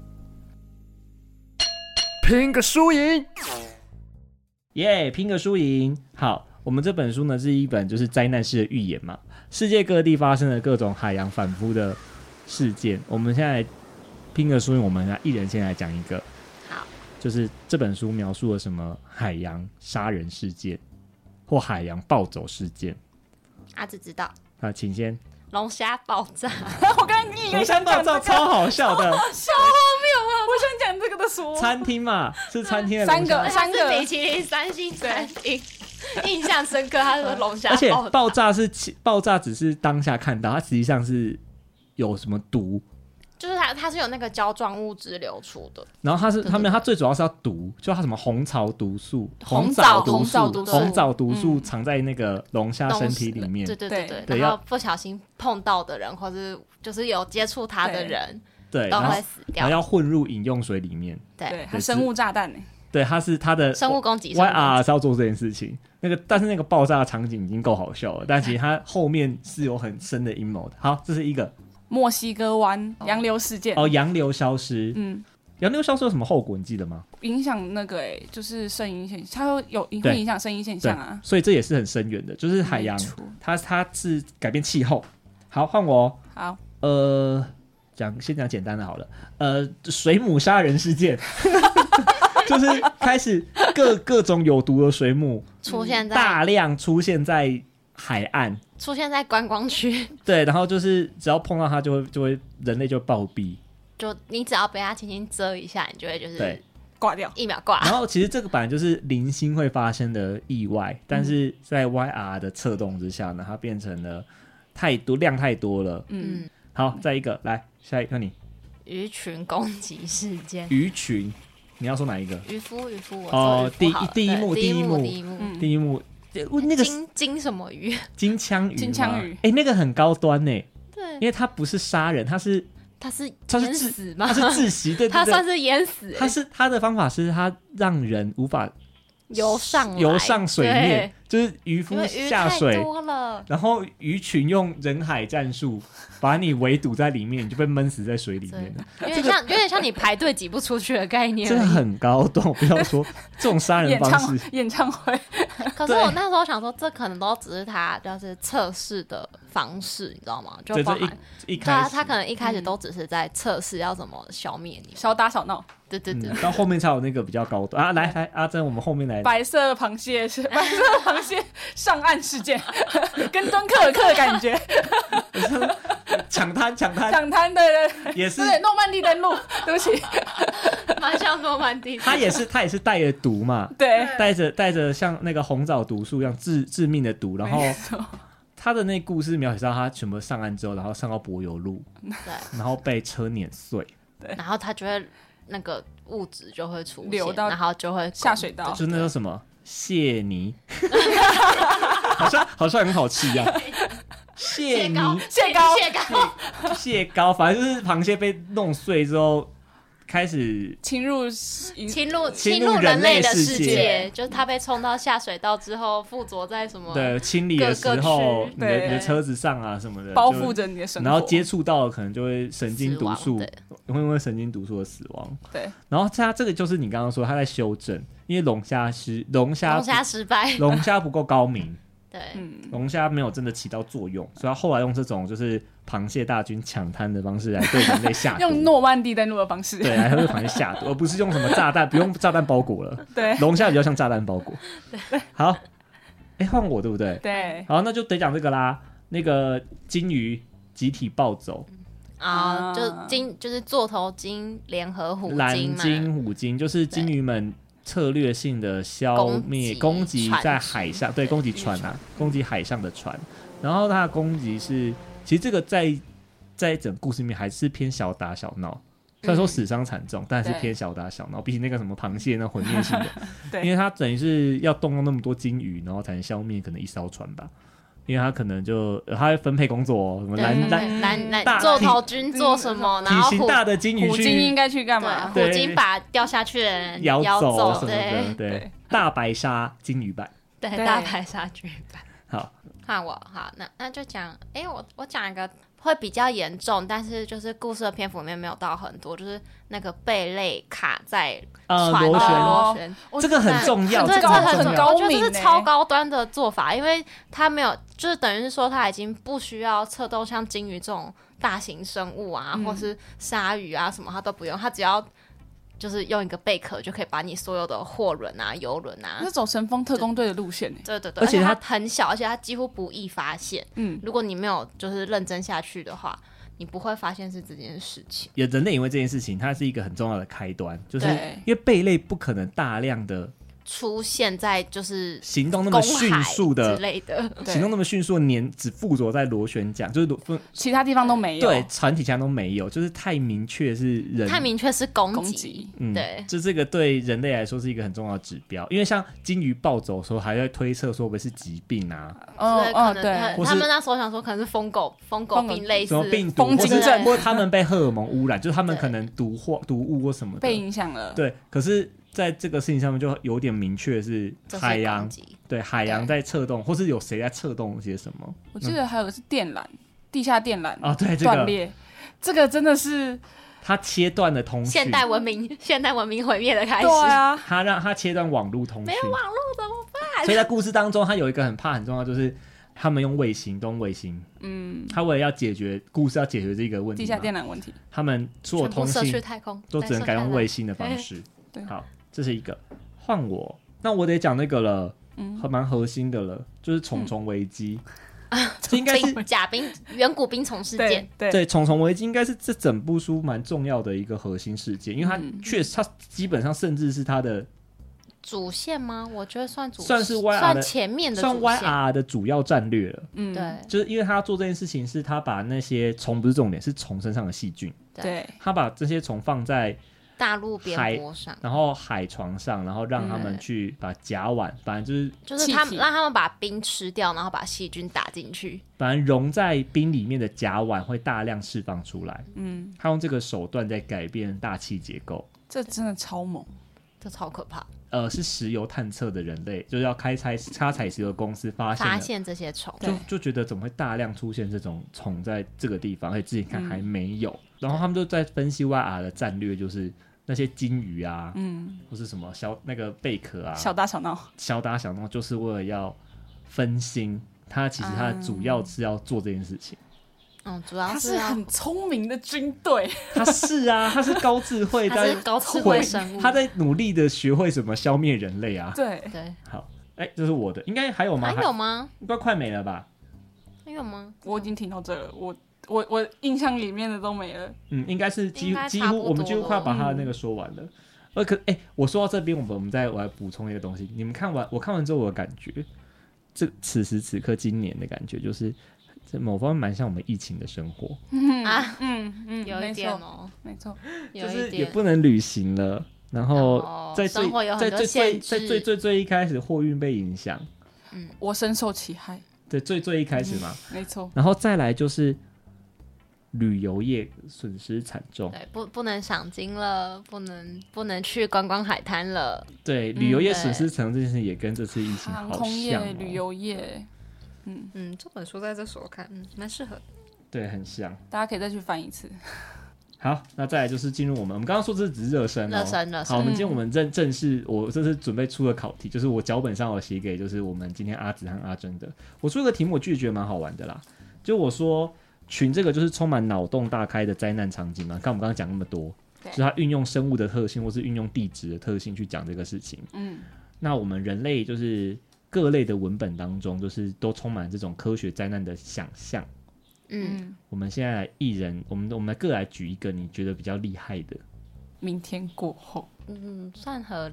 拼个输赢。 耶、yeah, 拼个输赢。好，我们这本书呢是一本就是灾难式的预言嘛，世界各地发生了各种海洋反复的事件。我们现在拼个输赢，我们来一人先来讲一个。 好， 就是这本书描述了什么海洋杀人事件或海洋暴走事件阿紫知道啊？请先。 龙虾爆炸， 我刚刚你以为龙虾想讲这个， 暴躁超好笑的， 我想讲这个的书， 餐厅嘛，是餐厅的三龙虾个它是米其林三星餐厅，印象深刻。它是龙虾而且爆炸， 爆炸是其爆炸只是当下看到，它实际上是有什么毒， 就是它它是有那个胶状物质流出的， 然后它是对对他们它最主要是要毒，就它什么红槽毒素、 红枣毒枣红枣素、 毒素红枣毒素嗯藏在那个龙虾身体里面对，对对对对要然后不小心碰到的人，或是就是有接触它的人， 对， 都然后会死掉。 然后要混入饮用水里面， 对， 对，它生物炸弹呢， 对，它是它的生物攻击 Y R 是要做这件事情，那个但是那个爆炸的场景已经够好笑了，但其实它后面是有很深的阴谋的。好，这是一个墨西哥湾洋流事件， 哦，洋流消失， 嗯， 洋流消失有什么后果你记得吗？ 影响那个哎，就是声音现象，它会有对会影响声音现象啊， 所以这也是很深远的，就是海洋没错它它是改变气候。好，换我哦， 好， 呃，讲先讲简单的好了，呃，水母杀人事件，就是开始各各种有毒的水母出现在大量出现在海岸， 出现在观光区， 对，然后就是只要碰到它就会就会人类就暴毙。 就你只要被它轻轻遮一下，你就会就是对， 挂掉， 一秒挂。 然后其实这个本来就是零星会发生的意外，但是在 Y R 的策动之下呢，它变成了太多量太多了。 嗯， 嗯， 好，再一个来下一个你鱼群攻击事件， 鱼群，你要说哪一个？ 渔夫渔夫，我哦说渔夫好了第一第一幕对第一第一幕第一幕， 嗯第一幕那个金金什么鱼？ 金枪鱼吗， 金枪鱼哎、那个很高端呢， 对因，为它不是杀人，它是它是它是窒淹死吗它？是窒息，对对对， 它算是淹死欸， 它是它的方法是它让人无法游上来游上水面，就是渔对， 夫因为鱼太下水， 多了。 然后鱼群用人海战术把你围堵在里面，你就被闷死在水里面了， 有点像，有点像你排队挤不出去的概念而已。 真的很高端。不要说这种杀人演唱方式， 演唱会， 可是我那时候想说，这可能都只是他就是测试的方式，你知道吗？就对，这包含一一对啊， 开始他可能一开始都只是在测试要怎么消灭你。 小打小闹， 对对对嗯，到后面才有那个比较高端啊！来来，阿珍，我们后面来白色螃蟹是白色螃蟹上岸事件，跟敦刻尔克的感觉， 抢滩抢滩， 抢滩的人， 也是对，诺曼底登陆，对不起， 蛮像诺曼底。 他也是他也是带着毒嘛， 对， 带着带着像那个红枣毒素一样致致命的毒，然后没错他的那故事描写到他全部上岸之后，然后上到柏油路， 对， 然后被车碾碎， 然后他就会那个物质就会出现， 流到然后就会下水道就是那叫什么蟹泥，好像好像很好吃一样。蟹泥、 蟹膏蟹膏， 蟹膏，反正就是螃蟹被弄碎之后，开始侵入侵入侵侵入入人类人类的世界世界，就是他被冲到下水道之后，附着在什么？ 对清理的时各候个区， 你的对你的车子上啊什么的， 包就覆着你的生活， 然后接触到可能就会神经毒素， 死亡对会因为神经毒素而死亡。 对， 然后它这个就是你刚刚说他在修正，因为龙虾失龙虾龙虾失败， 龙虾不够高明， 对， 嗯， 龙虾没有真的起到作用，所以他后来用这种就是螃蟹大军抢滩的方式来对人类下毒， 用诺曼底登陆的方式， 对，来对螃蟹下毒，而不是用什么炸弹，不用炸弹包裹了。 对龙虾比较像炸弹包裹。好，哎，换我对不对？ 对， 好，那就得讲这个啦。那个金鱼集体暴走， 啊， 啊就金就是座头鲸联合虎蓝鲸嘛， 鲸、虎鲸，就是金鱼们策略性的消灭攻攻击击在海上，对，攻击船啊，攻击海上的船。然后它的攻击是，其实这个在在整故事里面还是偏小打小闹。虽然说死伤惨重，但还是偏小打小闹，比起那个什么螃蟹那毁灭性的， 对， 因为它等于是要动用那么多鲸鱼，然后才能消灭可能一艘船吧。因为他可能就呃他会分配工作哦，什么蓝蓝蓝蓝大做头军做什么，然体后虎型大的鲸鱼虎去鲸应该去干嘛？ 对，虎鲸把掉下去的人咬走走什么的， 对对对， 大白鲨鲸鱼版。 对， 对大白鲨军版。 好， 看我好，那那就讲，哎，我我讲一个会比较严重，但是就是故事的篇幅里面没有到很多，就是那个贝类卡在呃船的螺旋螺旋， 这个很重要， 对， 这这很重要， 个很重要。 我觉得这是高明欸超高端的做法，因为它没有，就是等于是说它已经不需要策动像鲸鱼这种大型生物啊， 嗯或是鲨鱼啊什么，它都不用，它只要就是用一个贝壳就可以把你所有的货轮啊、游轮啊那，走神风特工队的路线呢？ 对对对，而且而且它它很小，而且它几乎不易发现。 嗯， 如果你没有就是认真下去的话，你不会发现是这件事情。 也人类因为这件事情，它是一个很重要的开端，就是对因为贝类不可能大量的出现在就是行动那么迅速公海的之类的， 对行动那么迅速的粘只附着在螺旋桨，就是螺其他地方都没有。 对船体其他都没有，就是太明确是人太明确是攻击攻击， 嗯， 对就这个对人类来说是一个很重要的指标，因为像鲸鱼暴走的时候，还在推测说会不会是疾病啊， 对， 哦哦， 可能对， 或是他们那时候想说可能是疯狗、疯狗疯狗病类似什么病毒，或是疯精症或者他们被荷尔蒙污染，就是他们对可能毒或毒物或什么被的， 影响了。 对。可是在这个事情上面就有点明确是这是海洋攻，击， 对海洋在策动，或是有谁在策动些什么我记得还有个是电缆，地下电缆啊？对，这个断裂，这个真的是它切断了通讯， 现代文明现代文明毁灭的开始。 对啊， 它让它切断网络通讯， 没有网络怎么办？ 所以在故事当中，它有一个很怕很重要，就是他们用卫星，都用卫星。 嗯， 他为了要解决故事，要解决这个问题嘛， 地下电缆问题， 他们所有通全部射去信太空， 都只能改用卫星的方式。 对好，这是一个。换我，那我得讲那个了， 嗯还蛮核心的了，就是虫虫危机。这应该是冰甲冰远古冰虫事件对，对对虫虫危机，应该是这整部书蛮重要的一个核心事件，因为它嗯确实，它基本上甚至是它的主线吗？我觉得算主算是 Y R 算的前面的算主 Y 线， R 的主要战略了。 嗯， 对就是因为他做这件事情，是他把那些虫不是重点，是虫身上的细菌， 对， 他把这些虫放在大陆边海坡上， 然后海床上，然后让他们嗯去把甲烷，反正就是就是他气体们让他们把冰吃掉，然后把细菌打进去。 反正溶在冰里面的甲烷会大量释放出来。 嗯， 他用这个手段在改变大气结构。 这真的超猛。 这超可怕！ 呃，是石油探测的人类，就是要开采插采石油的公司发现了， 发现这些虫， 就就觉得怎么会大量出现这种虫在这个地方，而且之前看嗯还没有。然后他们就在分析 Y R 的战略，就是那些金鱼啊， 嗯， 或是什么小那个贝壳啊， 小打小闹。 小打小闹，就是为了要分心。他其实他的主要是要做这件事情。 嗯，主要他是要是很聪明的军队， 他是啊，他是高智慧， 它在是高智慧生物， 他在努力的学会怎么消灭人类啊。 对， 对， 好，哎、这是我的，应该还有吗？ 还有吗？ 应该快没了吧？ 还有吗？ 我已经听到这了，我我我印象里面的都没了。 嗯，应该是几应该差不多几乎我们几乎快要把他的了那个说完了。呃，可哎、我说到这边，我们我们再我来补充一个东西。你们看完我看完之后，我的感觉，这此时此刻今年的感觉，就是这某方面蛮像我们疫情的生活， 啊， 嗯嗯， 有一没错， 点哦， 没错。 就有一点。 是也不能旅行了。然后后在最生活有在最最很多限在最制， 最最一开始，货运被影响， 我深受其害， 对，最最一开始嘛。 没错。 然后再来就是旅游业损失惨重， 对，不不能赏金了，不能不能去观光海滩了。 对，旅游业对损失惨重这件事也跟这次疫情好航空业像、哦、、 旅游业， 嗯，这本书在这时候看，嗯，蛮适合的。 对，很像。 大家可以再去翻一次。 好，那再来就是进入我们，我们刚刚说这只是热身哦， 热身热身好，我们今天我们正正式，我这是准备出的考题，就是我脚本上有写给，就是我们今天阿紫和阿珍的。我出一个题目，我拒绝蛮好玩的啦，就我说群这个就是充满脑洞大开的灾难场景嘛，看我们刚刚讲那么多， 对就是它运用生物的特性或是运用地质的特性去讲这个事情。 嗯， 那我们人类就是各类的文本当中，就是都充满这种科学灾难的想象。 嗯， 嗯， 我们现在来一人，我们我们各来举一个你觉得比较厉害的。 明天过后， 嗯，算合理。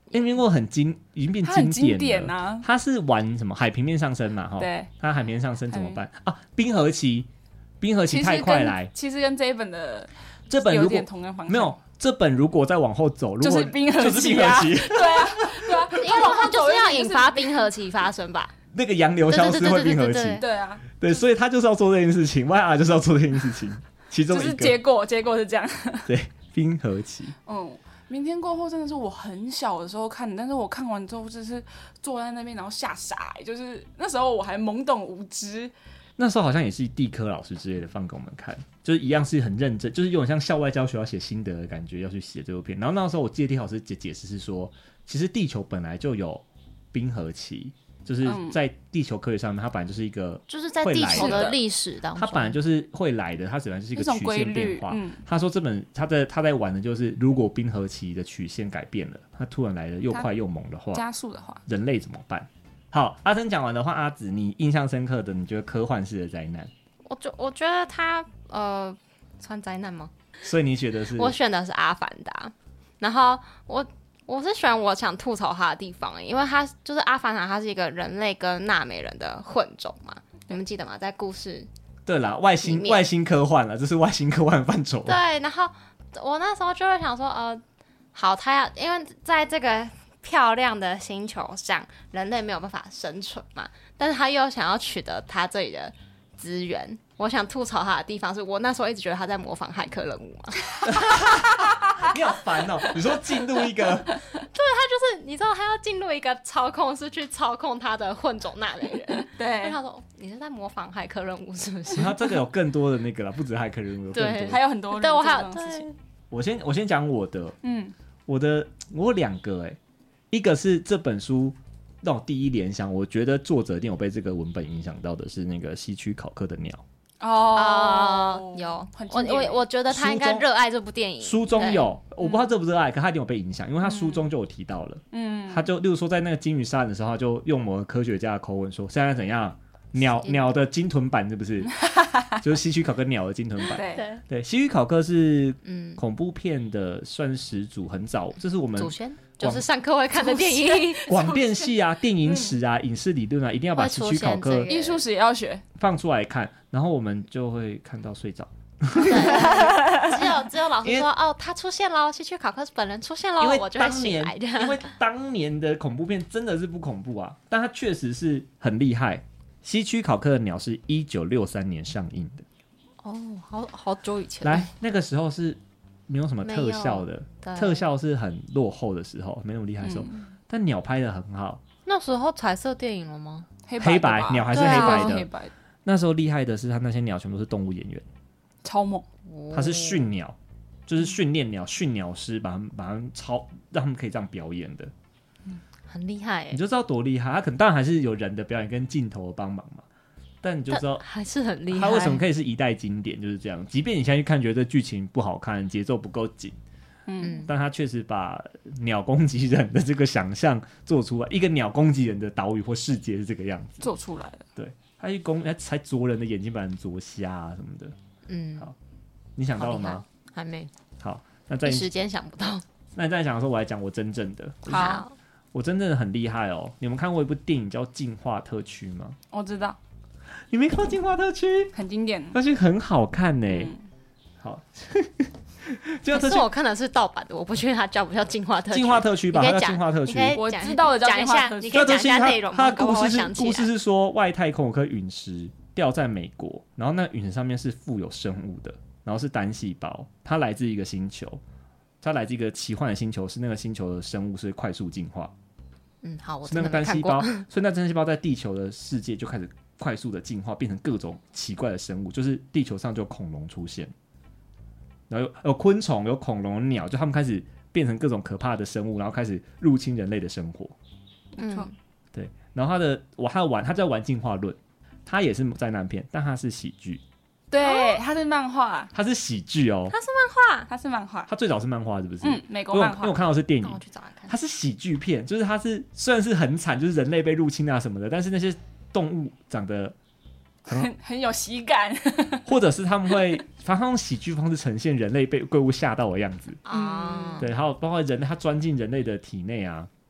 因为冰过很经已经变它很经经典了典啊。 它是玩什么海平面上升嘛？哈， 对， 它海平面上升怎么办啊？冰河期，冰河期太快来， 其实跟这一本的有这本如果点同样方向。 没有这本如果再往后走，如果就是冰河期啊就是冰河期， 对啊，对啊， 因为它就是要引发冰河期发生吧？ 那个洋流消失会冰河期对对对对对， 对啊， 对，所以他就是要做这件事情 ，Y R 就是要做这件事情，其中就是一个结果，结果是这样。 对冰河期。 嗯，明天过后真的是我很小的时候看的，但是我看完之后就是坐在那边然后吓傻、欸，就是那时候我还懵懂无知。 那时候好像也是地科老师之类的放给我们看，就是一样是很认真，就是有点像校外教学要写心得的感觉，要去写这部片。然后那时候我记得地老师解解释是说，其实地球本来就有冰河期，就是在地球科学上面，它本来就是一个就是在地球的历史当中， 它本来就是会来的，它本来就是一个曲线变化。 嗯、 他说这本他在他在玩的就是，如果冰河期的曲线改变了，它突然来的又快又猛的话， 加速的话， 人类怎么办？好，阿珍讲完的话，阿紫，你印象深刻的，你觉得科幻式的灾难？ 我觉我觉得它呃算灾难吗？ 所以你觉得是？ 我选的是阿凡达，然后我我是选我想吐槽它的地方，因为它就是阿凡达，它是一个人类跟纳美人的混种嘛，你们记得吗？在故事对啦，外星外星科幻了，这是外星科幻范畴。 对，然后我那时候就会想说，呃，好，他要因为在这个漂亮的星球上，人类没有办法生存嘛，但是他又想要取得他这里的资源。我想吐槽他的地方是我那时候一直觉得他在模仿骇客任务嘛。 你好烦哦！你说进入一个，对，他就是你知道他要进入一个操控是去操控他的混种纳美人。 对， 他说你是在模仿骇客任务是不是？ 他这个有更多的那个了，不止骇客任务，有更多对，还有很多人对我还有这种事情。 我先我先讲我的， 嗯， 我的我有两个哎、欸，一个是这本书让我第一联想，我觉得作者一定有被这个文本影响到的是那个希区考克的鸟。 哦， 有， 很我我我觉得他应该热爱这部电影。 书中有，我不知道热不热爱，可他一定有被影响，因为他书中就有提到了。嗯，他就例如说在那个鲸鱼杀人的时候，他就用某个科学家的口吻说：“现在怎样？鸟鸟的鲸豚版是不是？就是希区考克鸟的鲸豚版。” 对对，希区考克是恐怖片的算始祖，很早，这是我们祖先。就是上课会看的电影， 广电系啊、电影史啊、影视理论啊，一定要把希区考克、 艺术史也要学， 放出来看，然后我们就会看到睡着。 只有只有老师说哦，他出现喽，希区考克本人出现喽，我就会醒来的。 因为当年的恐怖片真的是不恐怖啊，但它确实是很厉害。希区考克的鸟是一九六三年上映的， 哦，好好久以前。 来，那个时候是没有什么特效的，特效是很落后的时候，没那么厉害的时候，嗯、但鸟拍的很好。 那时候彩色电影了吗？ 黑黑白鸟还是黑白的。 黑白的那时候厉害的是，他那些鸟全部都是动物演员， 超猛。 他是训鸟，就是训练鸟，训鸟师把他们把他们超让他们可以这样表演的， 嗯、很厉害耶。 你就知道多厉害。他可能当然还是有人的表演跟镜头的帮忙嘛。但你就知道还是很厉害， 他为什么可以是一代经典，就是这样。即便你现在去看，觉得剧情不好看，节奏不够紧，嗯，但他确实把鸟攻击人的这个想象做出来，一个鸟攻击人的岛屿或世界是这个样子， 做出来了。 对，他一攻，他才啄人的眼睛，把人啄瞎啊什么的。嗯，好，你想到了吗？ 还没。 好，那在一时间想不到。 那你再想的时候，我来讲我真正的。 好， 我真正的很厉害哦。你们看过一部电影叫《进化特区》吗？ 我知道。 你没看过《进化特区》？ 很经典， 但是很好看呢、欸嗯。好， 可是我看的是盗版的，我不确定它叫不叫进化特区。 进化特区吧，它叫进化特区。 我知道的叫进化特区。 你可以讲一下内容吗？ 它的故事是故事是说，外太空有颗陨石掉在美国，然后那陨石上面是富有生物的，然后是单细胞，它来自一个星球，它来自一个奇幻的星球，是那个星球的生物是快速进化。 嗯，好，我是那个单细胞，所以那单细胞在地球的世界就开始快速的进化，变成各种奇怪的生物，就是地球上就有恐龙出现，然后 有, 有昆虫，有恐龙、有鸟，就他们开始变成各种可怕的生物，然后开始入侵人类的生活。 嗯， 对。然后他的我还有玩，他在玩进化论，他也是灾难片，但他是喜剧。 对，他是漫画， 他是喜剧哦， 他是漫画， 他是漫画， 他最早是漫画，是不是？ 嗯，美国漫画。 因为我看到的是电影， 我去找来看。 他是喜剧片，就是他是虽然是很惨，就是人类被入侵啊什么的，但是那些动物长得很很, 很有喜感， 或者是他们会反正用喜剧方式呈现人类被怪物吓到的样子啊、 嗯。对，还有包括人类他钻进人类的体内啊，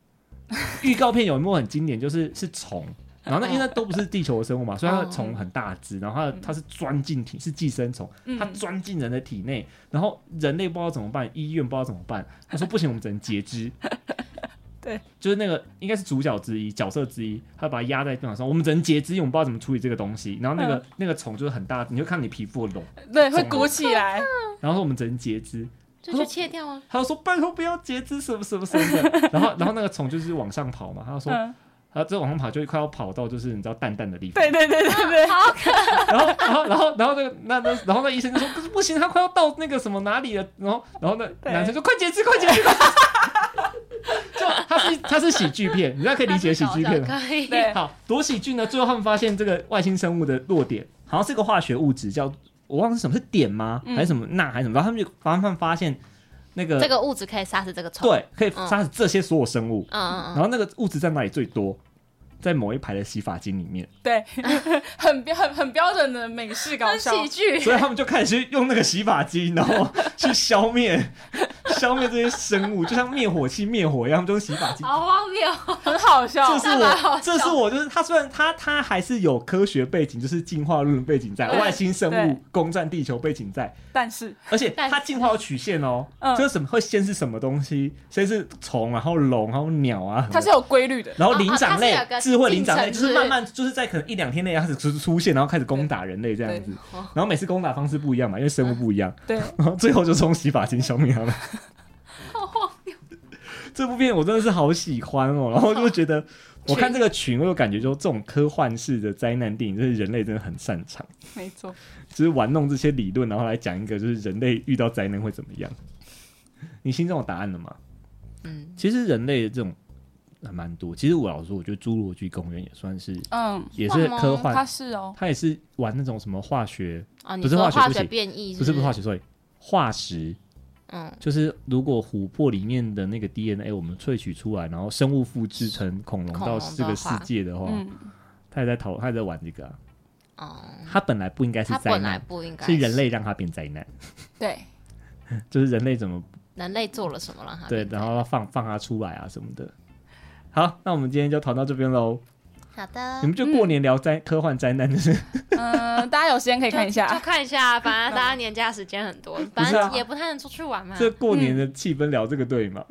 预告片有一幕很经典，就是是虫。然后那因为那都不是地球的生物嘛，所以它的虫很大只，然后它它是钻进体是寄生虫，它钻进人的体内，然后人类不知道怎么办，医院不知道怎么办，他说不行，我们只能截肢。 对， 就是那个应该是主角之一，角色之一，他把它压在病床上，我们只能截肢，因为我们不知道怎么处理这个东西。然后那个、嗯、那个虫就是很大，你就看你皮肤的脓， 对，会鼓起来。 然后说我们只能截肢， 就去切掉啊。 他就说拜托不要截肢，什么什么什么的。然后然后那个虫就是往上跑嘛，他就说。嗯他这往上跑，就快要跑到就是你知道淡淡的地方。 对对对对对， 好可爱。 然后然后然后然后那个那那然后那医生就说不是不行，他快要到那个什么哪里了。然后然后那男生说快截肢快截肢。就他是他是喜剧片，你大家可以理解喜剧片吗？ 可以。 对， 好多喜剧呢。最后他们发现这个外星生物的弱点，好像是个化学物质，叫我忘了是什么，是碘吗？还是什么钠还是什么？然后他们就他们发现。那个这个物质可以杀死这个虫， 对，可以杀死这些所有生物。 嗯嗯嗯。 然后那个物质在哪里最多？在某一排的洗发精里面。 对，很很很标准的美式搞笑喜剧。 所以他们就开始去用那个洗发精，然后去消灭消灭这些生物，就像灭火器灭火一样，就是洗发精。 好荒谬， 很好笑。 这是我，这是我，就是他虽然他他还是有科学背景，就是进化论背景在，外星生物攻占地球背景在， 但是而且它进化有曲线哦，就是什么会先是什么东西，先是虫，然后龙，然后鸟啊， 它是有规律的。 然后灵长类、智慧灵长类，就是慢慢就是在可能一两天内开始出现，然后开始攻打人类这样子，然后每次攻打方式不一样嘛，因为生物不一样， 对， 然后最后就从洗发精消灭他们。 好荒谬！ 这部片我真的是好喜欢哦，然后就觉得我看这个群，我有感觉就这种科幻式的灾难电影，就是人类真的很擅长， 没错， 就是玩弄这些理论，然后来讲一个就是人类遇到灾难会怎么样。你心中有答案了吗？嗯，其实人类的这种还蛮多。其实我老实说，我觉得《侏罗纪公园》也算是，嗯，也是科幻， 它是哦， 它也是玩那种什么化学啊， 不是化学， 化学变异是不是， 不是不是化学，所以化石。嗯，就是如果琥珀里面的那个 D N A 我们萃取出来，然后生物复制成恐龙到这个世界的话，嗯、他也在讨，他也在玩这个啊。哦、嗯，他本来不应该是灾难， 不应该是, 是人类让他变灾难。 对， 就是人类怎么人类做了什么让他对，然后放放他出来啊什么的。好，那我们今天就讨到这边喽。 好的， 你们就过年聊灾、嗯、科幻灾难，就是嗯、呃，大家有时间可以看一下， 就, 就看一下，反正大家年假时间很多，反正也不太能出去玩嘛。 这过年的气氛聊这个对吗？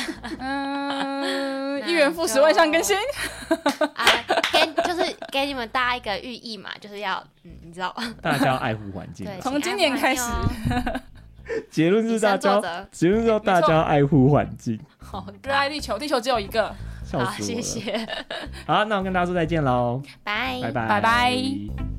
嗯，一元复始，万象更新。 啊，给就是给你们大家一个寓意嘛，就是要嗯，你知道， 大家要爱护环境。 从今年开始， 结论是大家，结论是要大家爱护环境， 热爱地球，地球只有一个。 笑死我了， 好，谢谢。 好，那我跟大家说再见喽， 拜拜拜拜拜。